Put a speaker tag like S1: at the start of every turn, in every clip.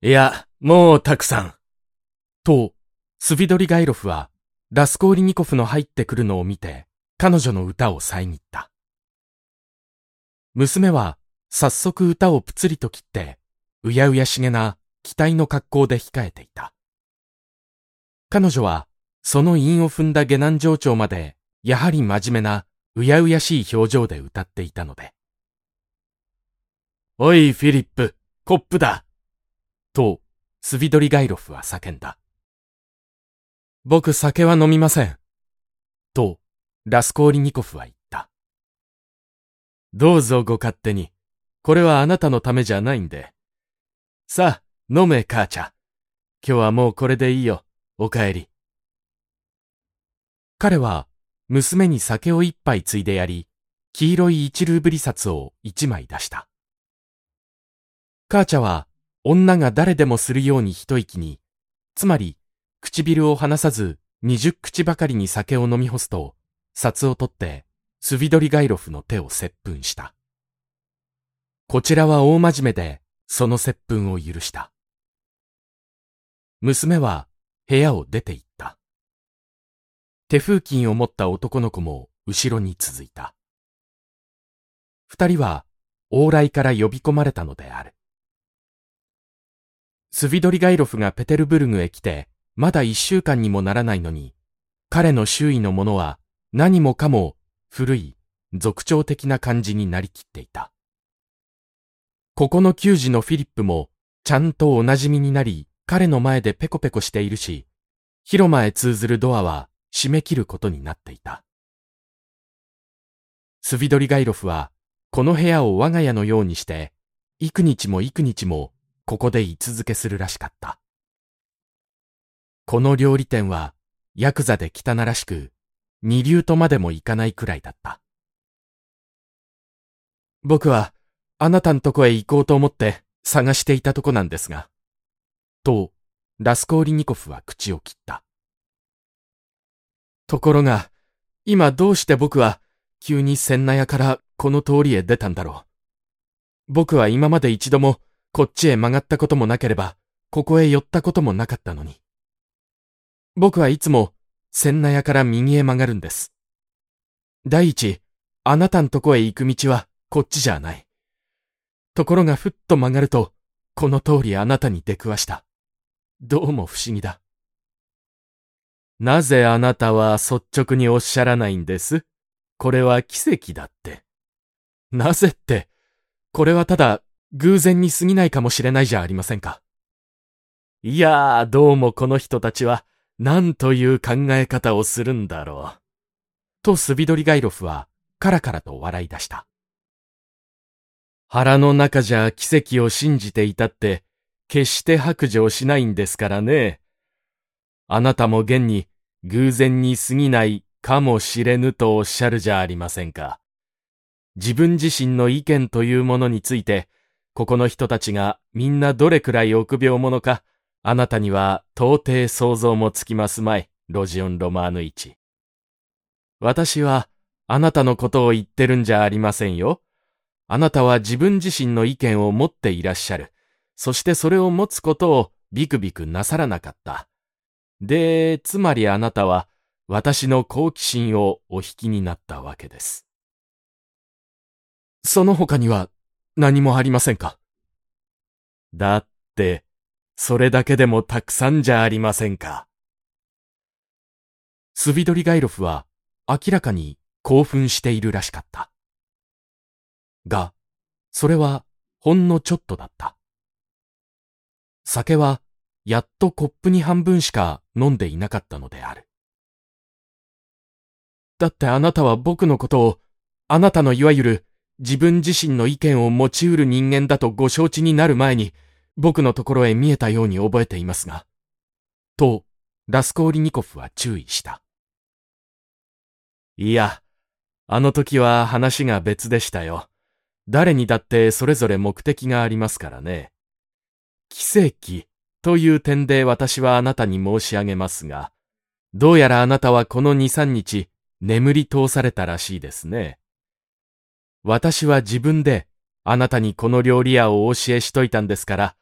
S1: いや、もうたくさん。
S2: と、スヴィドリガイロフは、ラスコーリニコフの入ってくるのを見て、彼女の歌を遮った。娘は、早速歌をぷつりと切って、うやうやしげな、期待の格好で控えていた。彼女は、その韻を踏んだ下男上調まで、やはり真面目な、うやうやしい表情で歌っていたので。
S1: おい、フィリップ、コップだ。
S2: と、スヴィドリガイロフは叫んだ。僕酒は飲みません。と、ラスコーリニコフは言った。
S1: どうぞご勝手に。これはあなたのためじゃないんで。さあ、飲め、母ちゃん。今日はもうこれでいいよ。お帰り。
S2: 彼は、娘に酒を一杯ついでやり、黄色い1ルーブリ札を1枚出した。母ちゃんは、女が誰でもするように一息に、つまり、唇を離さず20口ばかりに酒を飲み干すと、札を取って、スヴィドリガイロフの手を接吻した。こちらは大真面目で、その接吻を許した。娘は部屋を出て行った。手風琴を持った男の子も後ろに続いた。二人は往来から呼び込まれたのである。スヴィドリガイロフがペテルブルグへ来て、まだ1週間にもならないのに、彼の周囲の者は何もかも古い、族長的な感じになりきっていた。ここの給仕のフィリップもちゃんとお馴染みになり、彼の前でペコペコしているし、広間へ通ずるドアは閉め切ることになっていた。スヴィドリガイロフはこの部屋を我が家のようにして、幾日も幾日もここで居続けするらしかった。この料理店はヤクザで汚らしく、二流とまでもいかないくらいだった。僕はあなたんとこへ行こうと思って探していたとこなんですが、とラスコーリニコフは口を切った。ところが、今どうして僕は急に千納屋からこの通りへ出たんだろう。僕は今まで一度もこっちへ曲がったこともなければ、ここへ寄ったこともなかったのに。僕はいつも千納屋から右へ曲がるんです。第一、あなたんとこへ行く道はこっちじゃない。ところがふっと曲がると、この通りあなたに出くわした。どうも不思議だ。
S1: なぜあなたは率直におっしゃらないんです？これは奇跡だって。
S2: なぜって、これはただ偶然に過ぎないかもしれないじゃありませんか。
S1: いやー、どうもこの人たちは何という考え方をするんだろう。
S2: とスヴィドリガイロフはカラカラと笑い出した。
S1: 腹の中じゃ奇跡を信じていたって、決して白状しないんですからね。あなたも現に偶然に過ぎないかもしれぬとおっしゃるじゃありませんか。自分自身の意見というものについて、ここの人たちがみんなどれくらい臆病者か、あなたには到底想像もつきますまい、ロジオン・ロマーヌ一。私はあなたのことを言ってるんじゃありませんよ。あなたは自分自身の意見を持っていらっしゃる。そしてそれを持つことをビクビクなさらなかった。で、つまりあなたは私の好奇心をお引きになったわけです。
S2: その他には何もありませんか？
S1: だって、それだけでもたくさんじゃありませんか。
S2: スヴィドリガイロフは明らかに興奮しているらしかった。が、それはほんのちょっとだった。酒はやっとコップに半分しか飲んでいなかったのである。だってあなたは僕のことを、あなたのいわゆる自分自身の意見を持ち得る人間だとご承知になる前に、僕のところへ見えたように覚えていますが、とラスコーリニコフは注意した。
S1: いや、あの時は話が別でしたよ。誰にだってそれぞれ目的がありますからね。奇跡という点で私はあなたに申し上げますが、どうやらあなたはこの2、3日眠り通されたらしいですね。私は自分であなたにこの料理屋をお教えしといたんですから、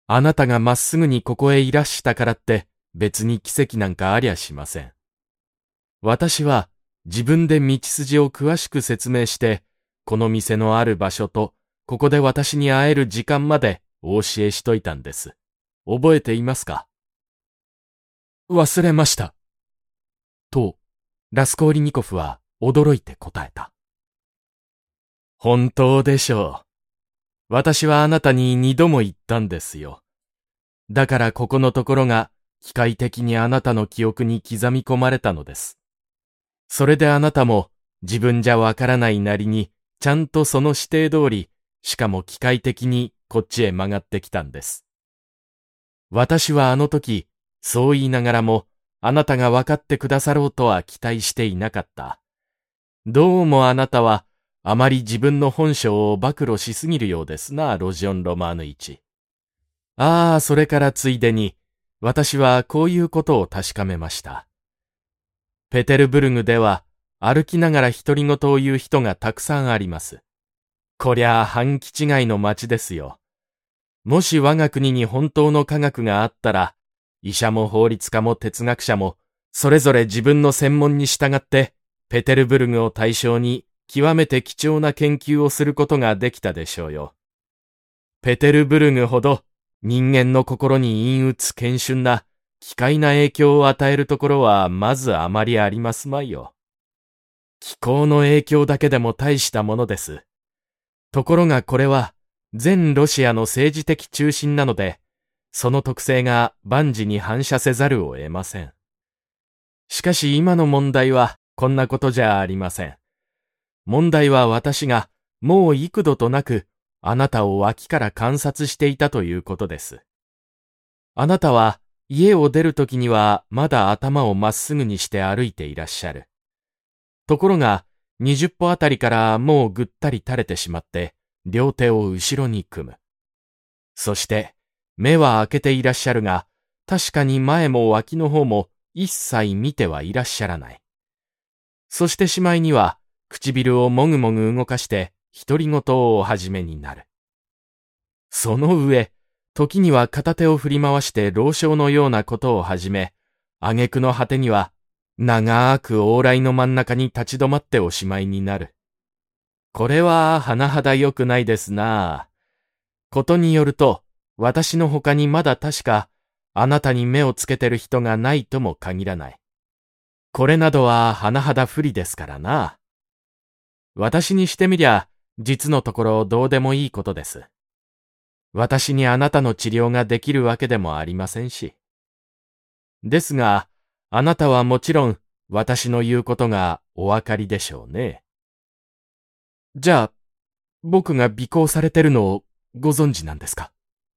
S1: あなたがまっすぐにここへいらしたからって別に奇跡なんかありゃしません。私は自分で道筋を詳しく説明して、この店のある場所と、ここで私に会える時間までお教えしといたんです。覚えていますか？
S2: 忘れました。と、ラスコーリニコフは驚いて答えた。
S1: 本当でしょう。私はあなたに2度も言ったんですよ。だからここのところが機械的にあなたの記憶に刻み込まれたのです。それであなたも自分じゃわからないなりにちゃんとその指定通り、しかも機械的にこっちへ曲がってきたんです。私はあの時、そう言いながらもあなたがわかってくださろうとは期待していなかった。どうもあなたはあまり自分の本性を暴露しすぎるようですな、ロジオン・ロマーヌ一。ああ、それからついでに、私はこういうことを確かめました。ペテルブルグでは、歩きながら独り言を言う人がたくさんあります。こりゃあ半気違いの町ですよ。もし我が国に本当の科学があったら、医者も法律家も哲学者も、それぞれ自分の専門に従って、ペテルブルグを対象に極めて貴重な研究をすることができたでしょうよ。ペテルブルグほど人間の心に陰鬱険峻な奇怪な影響を与えるところはまずあまりありますまいよ。気候の影響だけでも大したものです。ところがこれは全ロシアの政治的中心なので、その特性が万事に反射せざるを得ません。しかし今の問題はこんなことじゃありません。問題は私がもう幾度となくあなたを脇から観察していたということです。あなたは家を出るときにはまだ頭をまっすぐにして歩いていらっしゃる。ところが20歩あたりからもうぐったり垂れてしまって両手を後ろに組む。そして目は開けていらっしゃるが確かに前も脇の方も一切見てはいらっしゃらない。そしてしまいには唇をもぐもぐ動かして独り言をお始めになる。その上、時には片手を振り回して老将のようなことを始め、挙句の果てには長く往来の真ん中に立ち止まっておしまいになる。これは甚だ良くないですな。ことによると、私の他にまだ確かあなたに目をつけてる人がないとも限らない。これなどは甚だ不利ですからな。私にしてみりゃ、実のところどうでもいいことです。私にあなたの治療ができるわけでもありませんし。ですが、あなたはもちろん私の言うことがお分かりでしょうね。
S2: じゃあ、僕が尾行されてるのをご存知なんですか？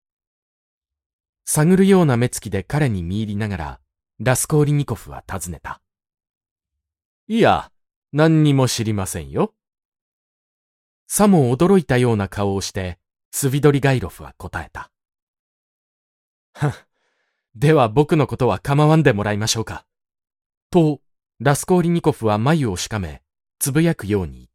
S2: 探るような目つきで彼に見入りながら、ラスコーリニコフは尋ねた。
S1: いや、何にも知りませんよ。
S2: さも驚いたような顔をして、スビドリガイロフは答えた。では僕のことは構わんでもらいましょうか。と、ラスコーリニコフは眉をしかめ、つぶやくように言った。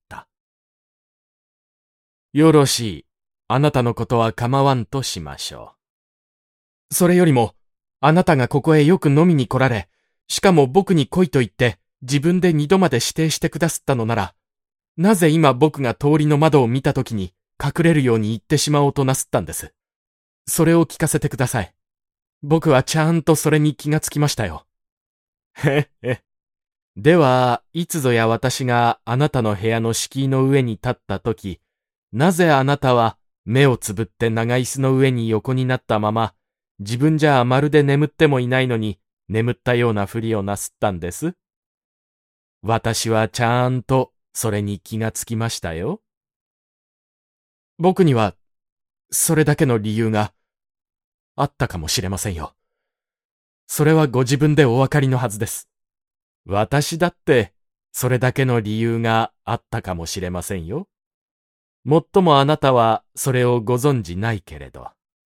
S1: よろしい。あなたのことは構わんとしましょ
S2: う。それよりも、あなたがここへよく飲みに来られ、しかも僕に来いと言って自分で2度まで指定してくださったのなら、なぜ今僕が通りの窓を見たときに隠れるように言ってしまおうとなすったんです。それを聞かせてください。僕はちゃんとそれに気がつきましたよ。
S1: へへ。では、いつぞや私があなたの部屋の敷居の上に立ったとき、なぜあなたは目をつぶって長椅子の上に横になったまま、自分じゃまるで眠ってもいないのに眠ったようなふりをなすったんです？私はちゃんとそれに気がつきましたよ。
S2: 僕には、それだけの理由があったかもしれませんよ。それはご自分でお分かりのはずです。
S1: 私だってそれだけの理由があったかもしれませんよ。もっともあなたはそれをご存じないけれど。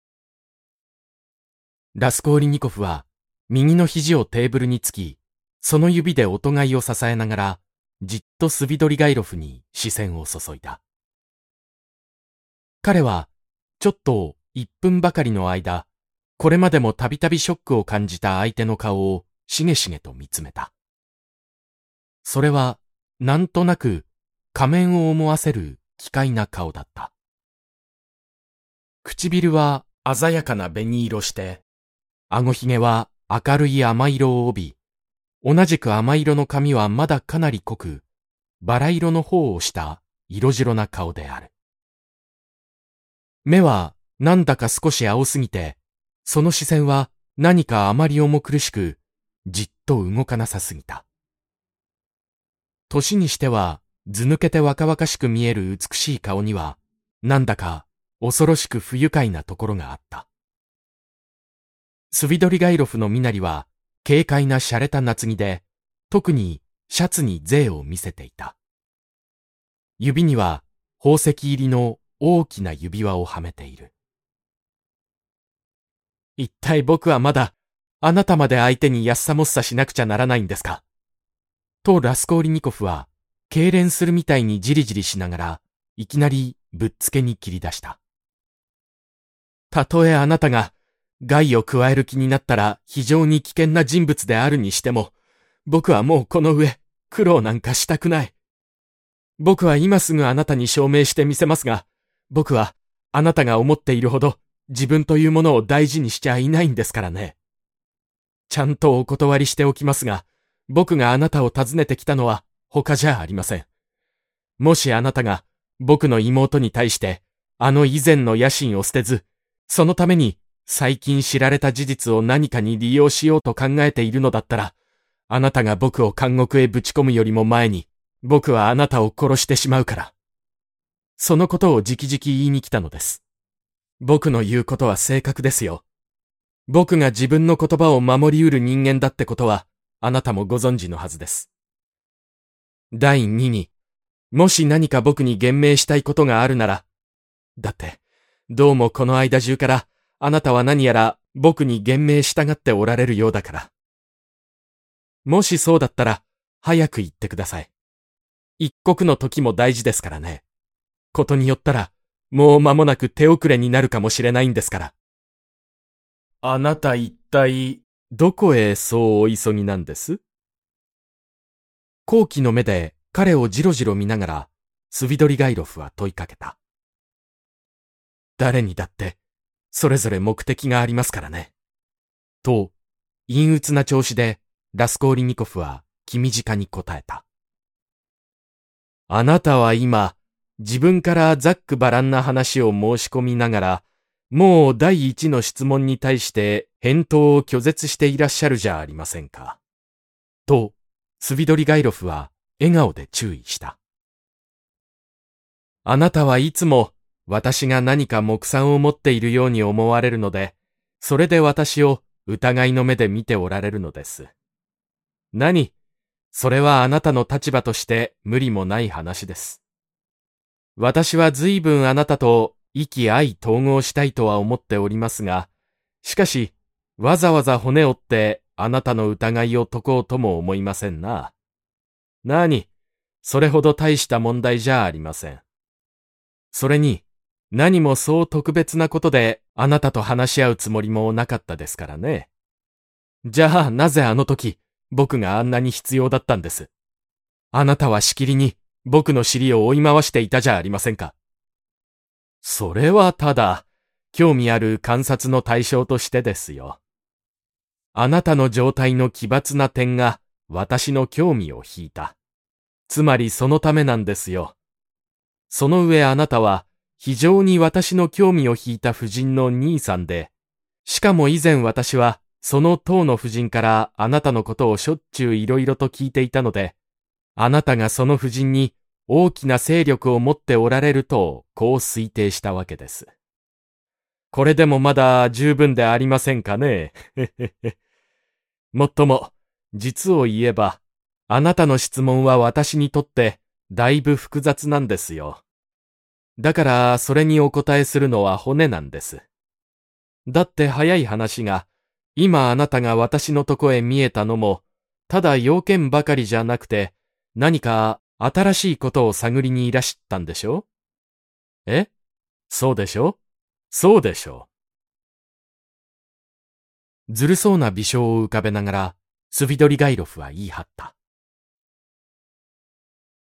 S2: ラスコーリニコフは右の肘をテーブルにつき、その指でお互いを支えながら、じっとスビドリガイロフに視線を注いだ。彼は、ちょっと1分ばかりの間、 これまでもたびたびショックを感じた相手の顔をしげしげと見つめた。それは、なんとなく仮面を思わせる奇怪な顔だった。唇は鮮やかな紅色して、顎ひげは明るい甘色を帯び、同じく甘色の髪はまだかなり濃く、バラ色の方をした色白な顔である。目はなんだか少し青すぎて、その視線は何かあまり重苦しく、じっと動かなさすぎた。年にしては図抜けて若々しく見える美しい顔には、なんだか恐ろしく不愉快なところがあった。スビドリガイロフの身なりは、軽快な洒落た夏着で、特にシャツに贅を見せていた。指には宝石入りの大きな指輪をはめている。一体僕はまだ、あなたまで相手にやっさもっさしなくちゃならないんですか？とラスコーリニコフは、痙攣するみたいにじりじりしながら、いきなりぶっつけに切り出した。たとえあなたが、害を加える気になったら非常に危険な人物であるにしても、僕はもうこの上、苦労なんかしたくない。僕は今すぐあなたに証明してみせますが、僕はあなたが思っているほど自分というものを大事にしちゃいないんですからね。ちゃんとお断りしておきますが、僕があなたを訪ねてきたのは他じゃありません。もしあなたが僕の妹に対してあの以前の野心を捨てず、そのために最近知られた事実を何かに利用しようと考えているのだったら、あなたが僕を監獄へぶち込むよりも前に、僕はあなたを殺してしまうから。そのことを直々言いに来たのです。僕の言うことは正確ですよ。僕が自分の言葉を守りうる人間だってことは、あなたもご存知のはずです。第2に、もし何か僕に言明したいことがあるなら、だって、どうもこの間中から、あなたは何やら僕に言明したがっておられるようだから。もしそうだったら、早く言ってください。一刻の時も大事ですからね。ことによったら、もう間もなく手遅れになるかもしれないんですから。あなた一体、どこへそうお急ぎなんです？好奇の目で彼をじろじろ見ながら、スビドリガイロフは問いかけた。誰にだって、それぞれ目的がありますからね。と、陰鬱な調子で、ラスコーリニコフは気短に答えた。あなたは今、自分からざっくばらんな話を申し込みながら、もう第一の質問に対して返答を拒絶していらっしゃるじゃありませんか。と、スビドリガイロフは笑顔で注意した。あなたはいつも私が何か目算を持っているように思われるので、それで私を疑いの目で見ておられるのです。何？それはあなたの立場として無理もない話です。私は随分あなたと意気相統合したいとは思っておりますが、しかし、わざわざ骨折ってあなたの疑いを解こうとも思いませんな。何？それほど大した問題じゃありません。それに、何もそう特別なことであなたと話し合うつもりもなかったですからね。じゃあなぜあの時、僕があんなに必要だったんです。あなたはしきりに僕の尻を追い回していたじゃありませんか。それはただ、興味ある観察の対象としてですよ。あなたの状態の奇抜な点が私の興味を引いた。つまりそのためなんですよ。その上あなたは非常に私の興味を引いた夫人の兄さんで、しかも以前私はその当の夫人からあなたのことをしょっちゅういろいろと聞いていたので、あなたがその夫人に大きな勢力を持っておられるとこう推定したわけです。これでもまだ十分でありませんかね。もっとも、実を言えば、あなたの質問は私にとってだいぶ複雑なんですよ。だからそれにお答えするのは骨なんです。だって早い話が、今あなたが私のとこへ見えたのも、ただ要件ばかりじゃなくて、何か新しいことを探りにいらしたんでしょ？そうでしょ？そうでしょう。 ずるそうな微笑を浮かべながら、スヴィドリガイロフは言い張った。